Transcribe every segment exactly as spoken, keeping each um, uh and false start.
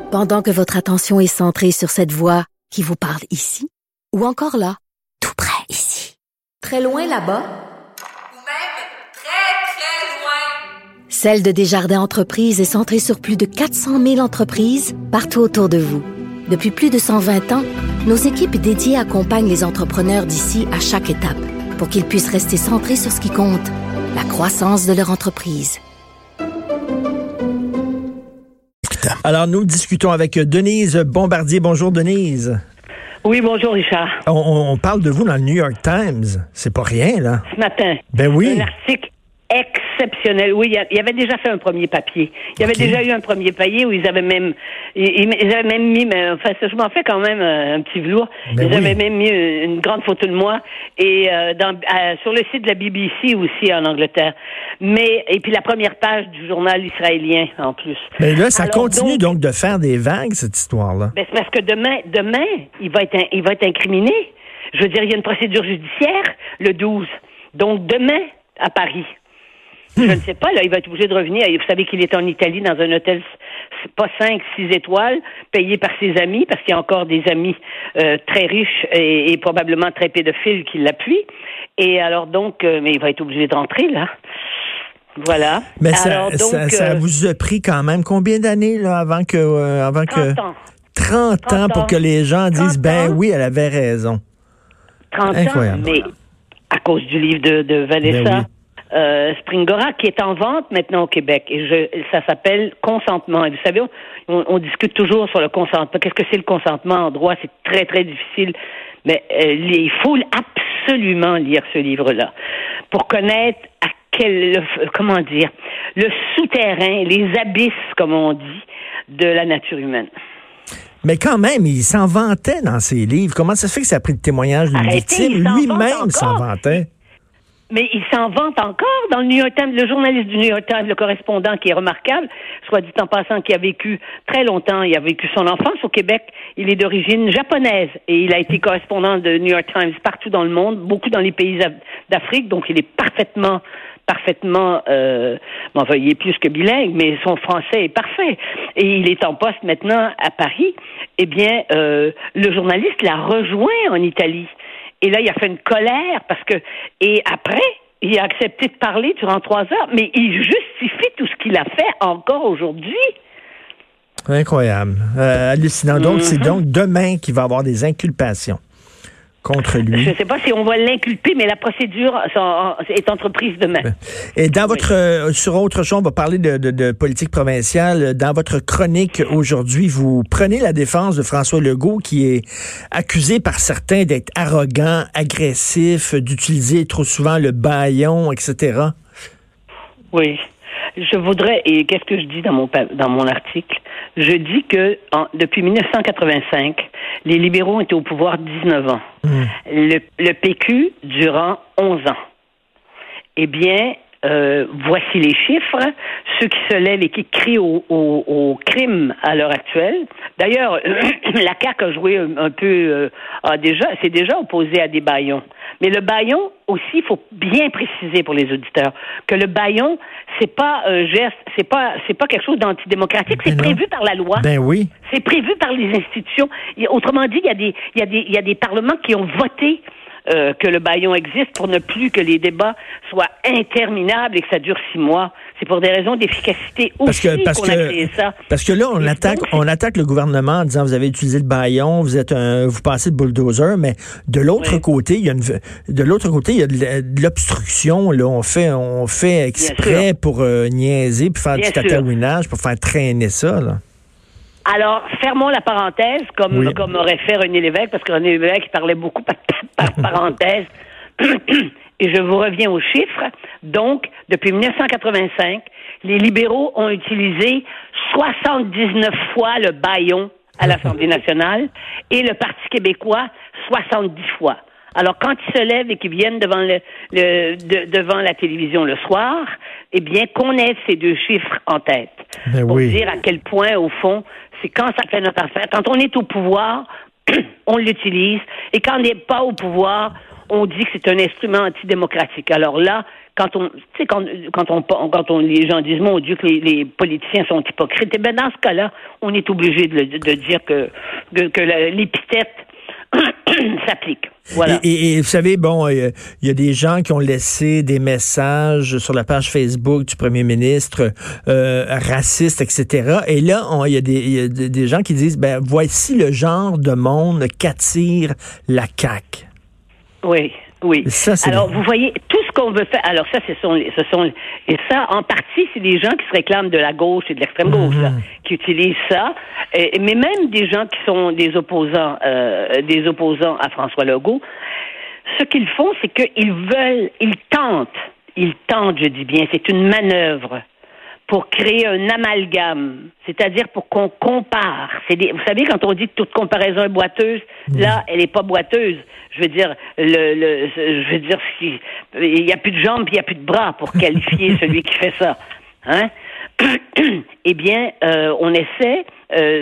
Pendant que votre attention est centrée sur cette voix qui vous parle ici, ou encore là, tout près ici, très loin là-bas, ou même très, très loin, Celle de Desjardins Entreprises est centrée sur plus de quatre cent mille entreprises partout autour de vous. Depuis plus de cent vingt ans, nos équipes dédiées accompagnent les entrepreneurs d'ici à chaque étape pour qu'ils puissent rester centrés sur ce qui compte, la croissance de leur entreprise. Alors, nous discutons avec Denise Bombardier. Bonjour, Denise. Oui, bonjour, Richard. On, on parle de vous dans le New York Times. C'est pas rien, là. Ce matin. Ben oui. Un article exceptionnel. Oui, il y avait déjà fait un premier papier. Il y avait okay. déjà eu un premier papier où ils avaient même, ils, ils avaient même mis, mais enfin, je m'en fais quand même un petit velours. Ben ils oui. avaient même mis une, une grande photo de moi et euh, dans, euh, sur le site de la B B C aussi en Angleterre. Mais et puis la première page du journal israélien en plus. Mais là, ça Alors, continue donc, donc de faire des vagues cette histoire-là. Ben c'est parce que demain, demain, il va être, un, il va être incriminé. Je veux dire, il y a une procédure judiciaire le douze. Donc demain à Paris. Je ne sais pas, là, il va être obligé de revenir. Vous savez qu'il est en Italie, dans un hôtel, pas cinq, six étoiles, payé par ses amis, parce qu'il y a encore des amis euh, très riches et, et probablement très pédophiles qui l'appuient. Et alors donc, euh, mais il va être obligé de rentrer, là. Voilà. Mais ça, alors, donc, ça, ça euh, vous a pris quand même combien d'années, là, avant que... Euh, avant trente que... ans. trente, trente ans pour que les gens disent, ben oui, elle avait raison. trente Incroyable. ans, mais à cause du livre de, de Vanessa... Ben oui. Euh, Springora, qui est en vente maintenant au Québec, et je, ça s'appelle Consentement. Et vous savez, on, on discute toujours sur le consentement. Qu'est-ce que c'est le consentement en droit? C'est très, très difficile. Mais euh, il faut absolument lire ce livre-là pour connaître à quel, le, comment dire, le souterrain, les abysses, comme on dit, de la nature humaine. Mais quand même, il s'en vantait dans ses livres. Comment ça se fait que ça a pris le témoignage d'une victime? Lui-même s'en vantait. Mais il s'en vante encore dans le New York Times, le journaliste du New York Times, le correspondant qui est remarquable, soit dit en passant, qui a vécu très longtemps, il a vécu son enfance au Québec, il est d'origine japonaise et il a été correspondant de New York Times partout dans le monde, beaucoup dans les pays d'Afrique, donc il est parfaitement parfaitement, euh, bon, enfin, il est plus que bilingue, mais son français est parfait. Et il est en poste maintenant à Paris. Eh bien, euh, le journaliste l'a rejoint en Italie. Et là, il a fait une colère parce que, et après, il a accepté de parler durant trois heures, mais il justifie tout ce qu'il a fait encore aujourd'hui. Incroyable. Euh, hallucinant. Donc, mm-hmm. c'est donc demain qu'il va y avoir des inculpations contre lui. Je ne sais pas si on va l'inculper, mais la procédure est entreprise demain. Et dans votre, oui. euh, sur autre chose, on va parler de, de, de politique provinciale. Dans votre chronique aujourd'hui, vous prenez la défense de François Legault, qui est accusé par certains d'être arrogant, agressif, d'utiliser trop souvent le bâillon, et cetera. Oui. Je voudrais, et qu'est-ce que je dis dans mon dans mon article? Je dis que en, depuis dix-neuf cent quatre-vingt-cinq, les libéraux étaient au pouvoir dix-neuf ans. Mmh. Le, le P Q durant onze ans. Eh bien, euh, voici les chiffres. Ceux qui se lèvent et qui crient au, au, au crime à l'heure actuelle. D'ailleurs, la C A Q a joué un, un peu, euh, a déjà, c'est déjà opposé à des bâillons. Mais le bâillon aussi, il faut bien préciser pour les auditeurs que le bâillon, c'est pas un geste, c'est pas, c'est pas quelque chose d'antidémocratique, c'est prévu par la loi. Ben oui. C'est prévu par les institutions. Autrement dit, il y a des, il y a des, il y a des parlements qui ont voté euh, que le bâillon existe pour ne plus que les débats soient interminables et que ça dure six mois. C'est pour des raisons d'efficacité aussi parce que, parce qu'on que, a créé ça. Parce que là, on et attaque, donc, on attaque le gouvernement en disant vous avez utilisé le bâillon, vous êtes un, vous passez de bulldozer, mais de l'autre oui. côté, il y a une, de l'autre côté, il y a de l'obstruction. Là, on fait, on fait exprès pour euh, niaiser, puis faire Bien du tatouinage, pour faire traîner ça. Là. Alors, fermons la parenthèse, comme, oui. comme aurait fait René Lévesque, parce que René Lévesque parlait beaucoup par, par parenthèse. Et je vous reviens aux chiffres. Donc, depuis dix-neuf cent quatre-vingt-cinq, les libéraux ont utilisé soixante-dix-neuf fois le bâillon à l'Assemblée nationale et le Parti québécois soixante-dix fois. Alors, quand ils se lèvent et qu'ils viennent devant le, le de, devant la télévision le soir, eh bien, qu'on ait ces deux chiffres en tête. Mais pour oui. dire à quel point, au fond, c'est quand ça fait notre affaire. Quand on est au pouvoir, on l'utilise. Et quand on n'est pas au pouvoir, on dit que c'est un instrument antidémocratique. Alors là, quand on, tu sais, quand, quand on, quand on, les gens disent, mon Dieu, que les, les politiciens sont hypocrites, eh bien, dans ce cas-là, on est obligé de, de dire que, que, que la, l'épithète s'applique. Voilà. Et, et, et vous savez, bon, il y, y a des gens qui ont laissé des messages sur la page Facebook du premier ministre euh, racistes, et cetera. Et là, il y a, des, y a des gens qui disent, ben voici le genre de monde qu'attire la C A Q. Oui, oui. Ça, c'est alors, des... vous voyez, tout ce qu'on veut faire... Alors, ça, ce sont, ce sont... Et ça, en partie, c'est des gens qui se réclament de la gauche et de l'extrême gauche, mm-hmm. là, qui utilisent ça. Et, mais même des gens qui sont des opposants, euh, des opposants à François Legault, ce qu'ils font, c'est qu'ils veulent... Ils tentent, ils tentent, je dis bien, c'est une manœuvre pour créer un amalgame, c'est-à-dire pour qu'on compare. C'est des, vous savez, quand on dit que toute comparaison est boiteuse, mmh. là, elle n'est pas boiteuse. Je veux dire, le, le, je veux dire, si, il n'y a plus de jambes, puis il n'y a plus de bras pour qualifier celui qui fait ça. Hein? Eh bien, euh, on essaie euh,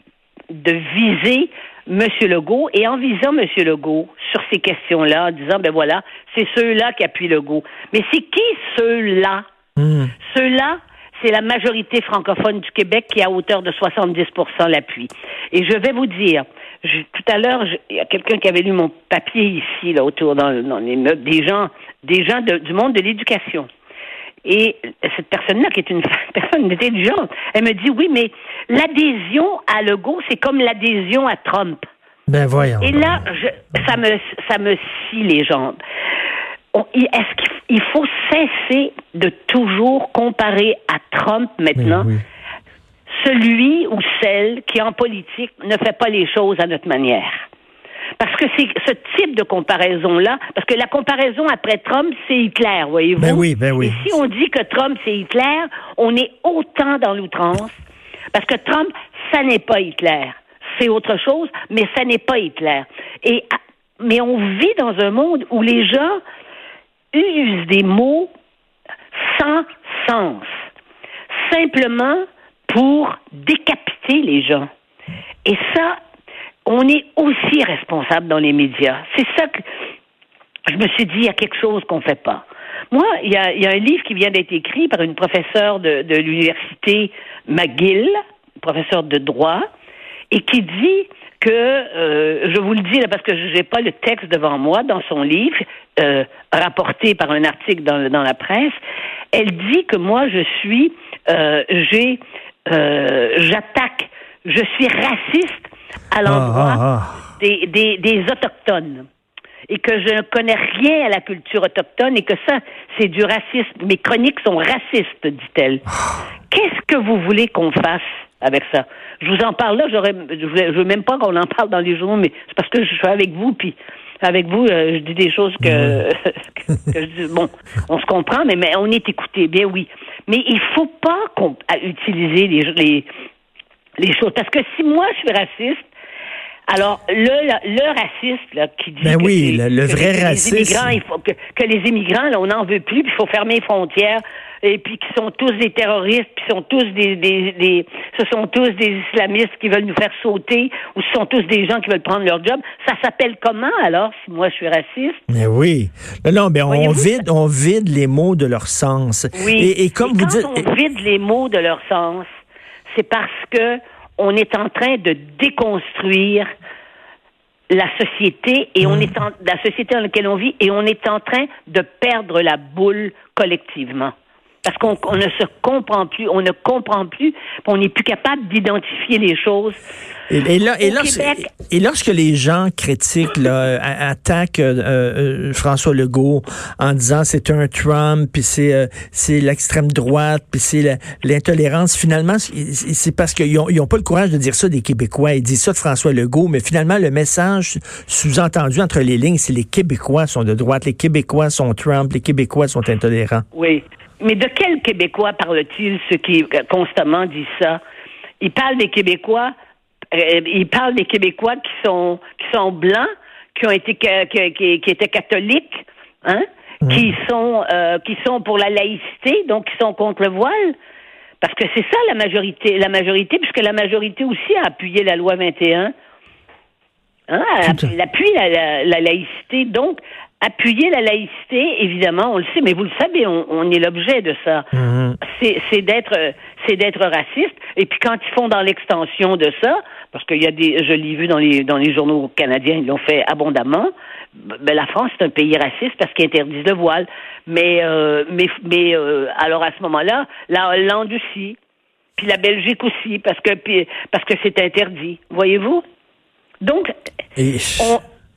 de viser M. Legault, et en visant M. Legault sur ces questions-là, en disant, ben voilà, c'est ceux-là qui appuient Legault. Mais c'est qui ceux-là? Mmh. Ceux-là, c'est la majorité francophone du Québec qui, à hauteur de soixante-dix pour cent, l'appuie. Et je vais vous dire, je, tout à l'heure, il y a quelqu'un qui avait lu mon papier ici, là, autour, dans, dans les meubles, des gens, des gens de, du monde de l'éducation. Et cette personne-là, qui est une personne intelligente, elle me dit, oui, mais l'adhésion à Legault, c'est comme l'adhésion à Trump. Ben voyons. Et là, je, ça me, ça me scie les jambes. On, est-ce qu'il faut cesser de toujours comparer à Trump maintenant, oui, oui. celui ou celle qui en politique ne fait pas les choses à notre manière? Parce que c'est ce type de comparaison-là, parce que la comparaison après Trump, c'est Hitler, voyez-vous? Ben oui, ben oui. Et si on dit que Trump, c'est Hitler, on est autant dans l'outrance, parce que Trump, ça n'est pas Hitler. C'est autre chose, mais ça n'est pas Hitler. Et, mais on vit dans un monde où les gens usent des mots sans sens, simplement pour décapiter les gens. Et ça, on est aussi responsable dans les médias. C'est ça que je me suis dit, il y a quelque chose qu'on ne fait pas. Moi, il y a, il y a un livre qui vient d'être écrit par une professeure de, de l'université McGill, professeure de droit, et qui dit que, euh, je vous le dis là parce que je n'ai pas le texte devant moi, dans son livre, euh, rapporté par un article dans, dans la presse, elle dit que moi, je suis, euh, j'ai, euh, j'attaque, je suis raciste à l'endroit ah, ah, ah. Des, des, des Autochtones. Et que je ne connais rien à la culture autochtone et que ça, c'est du racisme. Mes chroniques sont racistes, dit-elle. Qu'est-ce que vous voulez qu'on fasse avec ça? Je vous en parle là, j'aurais, je ne veux même pas qu'on en parle dans les journaux, mais c'est parce que je suis avec vous, puis avec vous, euh, je dis des choses que, que, que je dis, bon, on se comprend, mais, mais on est écouté, bien oui. Mais il ne faut pas qu'on, à utiliser les, les, les choses. Parce que si moi, je suis raciste, alors, le, le, le raciste là, qui dit ben que, oui, c'est, le, le que vrai les, racisme. les immigrants, il faut que, que les immigrants, là, on n'en veut plus, puis il faut fermer les frontières, et puis qu'ils sont tous des terroristes, puis sont tous des, des, des, ce sont tous des islamistes qui veulent nous faire sauter, ou ce sont tous des gens qui veulent prendre leur job. Ça s'appelle comment, alors, si moi je suis raciste? Mais oui. Non, non, ben on vide, on vide les mots de leur sens. Oui. Et, et comme et vous quand dites... on vide les mots de leur sens, c'est parce que on est en train de déconstruire la société et mmh. on est en, la société dans laquelle on vit et on est en train de perdre la boule collectivement. Parce qu'on on ne se comprend plus, on ne comprend plus, on n'est plus capable d'identifier les choses. Et, et, là, et, lorsque, Québec, et lorsque les gens critiquent, là, attaquent euh, euh, François Legault en disant c'est un Trump, puis c'est euh, c'est l'extrême droite, puis c'est la, l'intolérance, finalement, c'est parce qu'ils ont, ils ont pas le courage de dire ça des Québécois. Ils disent ça de François Legault, mais finalement, le message sous-entendu entre les lignes, c'est les Québécois sont de droite, les Québécois sont Trump, les Québécois sont intolérants. Oui. Mais de quels Québécois parle-t-il, ceux qui constamment disent ça? Il parle des Québécois, euh, il parle des Québécois qui sont qui sont blancs, qui ont été qui, qui, qui étaient catholiques, hein, mmh. qui sont euh, qui sont pour la laïcité, donc qui sont contre le voile. Parce que c'est ça la majorité, la majorité, puisque la majorité aussi a appuyé la loi vingt et un. Hein, elle appuie la, la, la laïcité, donc appuyer la laïcité, évidemment, on le sait, mais vous le savez, on, on est l'objet de ça. Mm-hmm. C'est, c'est d'être, c'est d'être raciste. Et puis quand ils font dans l'extension de ça, parce qu'il y a des, je l'ai vu dans les dans les journaux canadiens, ils l'ont fait abondamment. Ben la France c'est un pays raciste parce qu'ils interdisent le voile. Mais euh, mais mais euh, alors à ce moment-là, la Hollande aussi, puis la Belgique aussi, parce que puis, parce que c'est interdit. Voyez-vous? Donc et... on,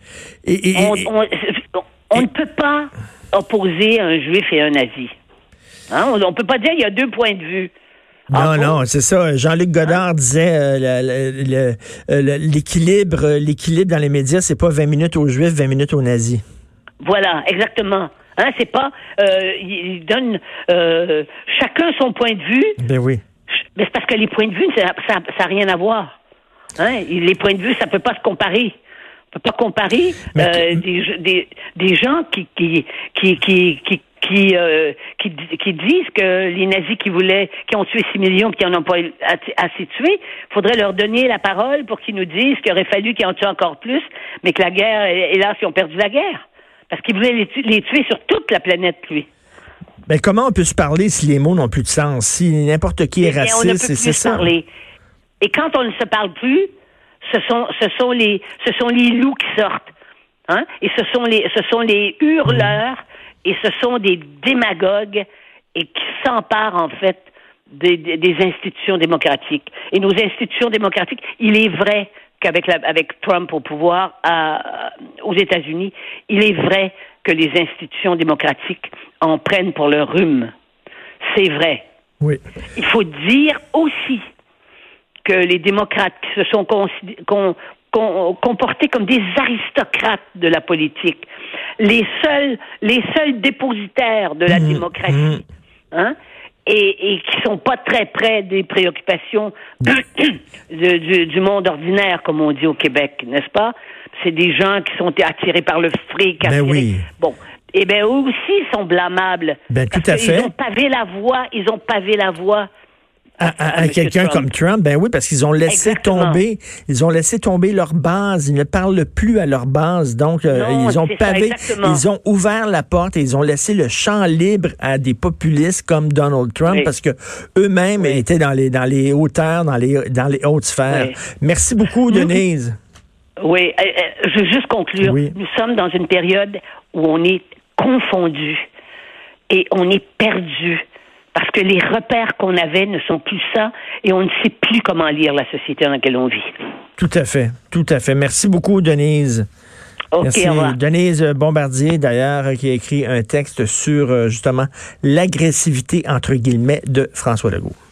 et, et, on, on, on, on ne peut pas opposer un juif et un nazi. Hein? On ne peut pas dire qu'il y a deux points de vue. Non, ah, non, c'est ça. Jean-Luc Godard hein? disait euh, le, le, le, l'équilibre, l'équilibre dans les médias, c'est pas vingt minutes aux juifs, vingt minutes aux nazis. Voilà, exactement. Hein, c'est pas euh, il donne euh, chacun son point de vue. Ben oui. Mais c'est parce que les points de vue, ça ça, ça a rien à voir. Hein? Les points de vue, ça peut pas se comparer. On peut pas comparer euh, des, des des gens qui qui qui qui qui qui, euh, qui qui disent que les nazis qui voulaient qui ont tué six millions et qui en ont pas assez tué, faudrait leur donner la parole pour qu'ils nous disent qu'il aurait fallu qu'ils en tuent encore plus, mais que la guerre, hélas, ils ont perdu la guerre parce qu'ils voulaient les tuer, les tuer sur toute la planète, lui. Ben comment on peut se parler si les mots n'ont plus de sens, si n'importe qui est eh raciste, on ne peut plus c'est se ça. Parler. Et quand on ne se parle plus, ce sont ce sont les ce sont les loups qui sortent, hein, et ce sont les ce sont les hurleurs et ce sont des démagogues et qui s'emparent en fait des, des, des institutions démocratiques. Et nos institutions démocratiques, il est vrai qu'avec la, avec Trump au pouvoir à, aux États-Unis, il est vrai que les institutions démocratiques en prennent pour leur rhume. C'est vrai. Oui. Il faut dire aussi que les démocrates se sont considé- con, con, comportés comme des aristocrates de la politique, les seuls, les seuls dépositaires de la mmh, démocratie, mmh. hein, et, et qui sont pas très près des préoccupations de, du, du monde ordinaire, comme on dit au Québec, n'est-ce pas? C'est des gens qui sont attirés par le fric. Ben attirés... oui. Bon. Eh bien, eux aussi, ils sont blâmables. Ben, tout à fait. Ils ont pavé la voie, ils ont pavé la voie À, à, à quelqu'un Trump. Comme Trump, ben oui, parce qu'ils ont laissé Exactement. tomber, ils ont laissé tomber leur base, ils ne parlent plus à leur base, donc euh, non, ils ont pavé, ça, ils ont ouvert la porte et ils ont laissé le champ libre à des populistes comme Donald Trump, oui. parce que eux-mêmes oui. étaient dans les dans les hauteurs, dans les dans les hautes sphères. Oui. Merci beaucoup, Denise. Oui, euh, euh, je veux juste conclure. Oui. Nous sommes dans une période où on est confondu et on est perdu. Parce que les repères qu'on avait ne sont plus ça et on ne sait plus comment lire la société dans laquelle on vit. Tout à fait, tout à fait. Merci beaucoup, Denise. OK, Merci. Au revoir. Denise Bombardier, d'ailleurs, qui a écrit un texte sur, justement, l'agressivité, entre guillemets, de François Legault.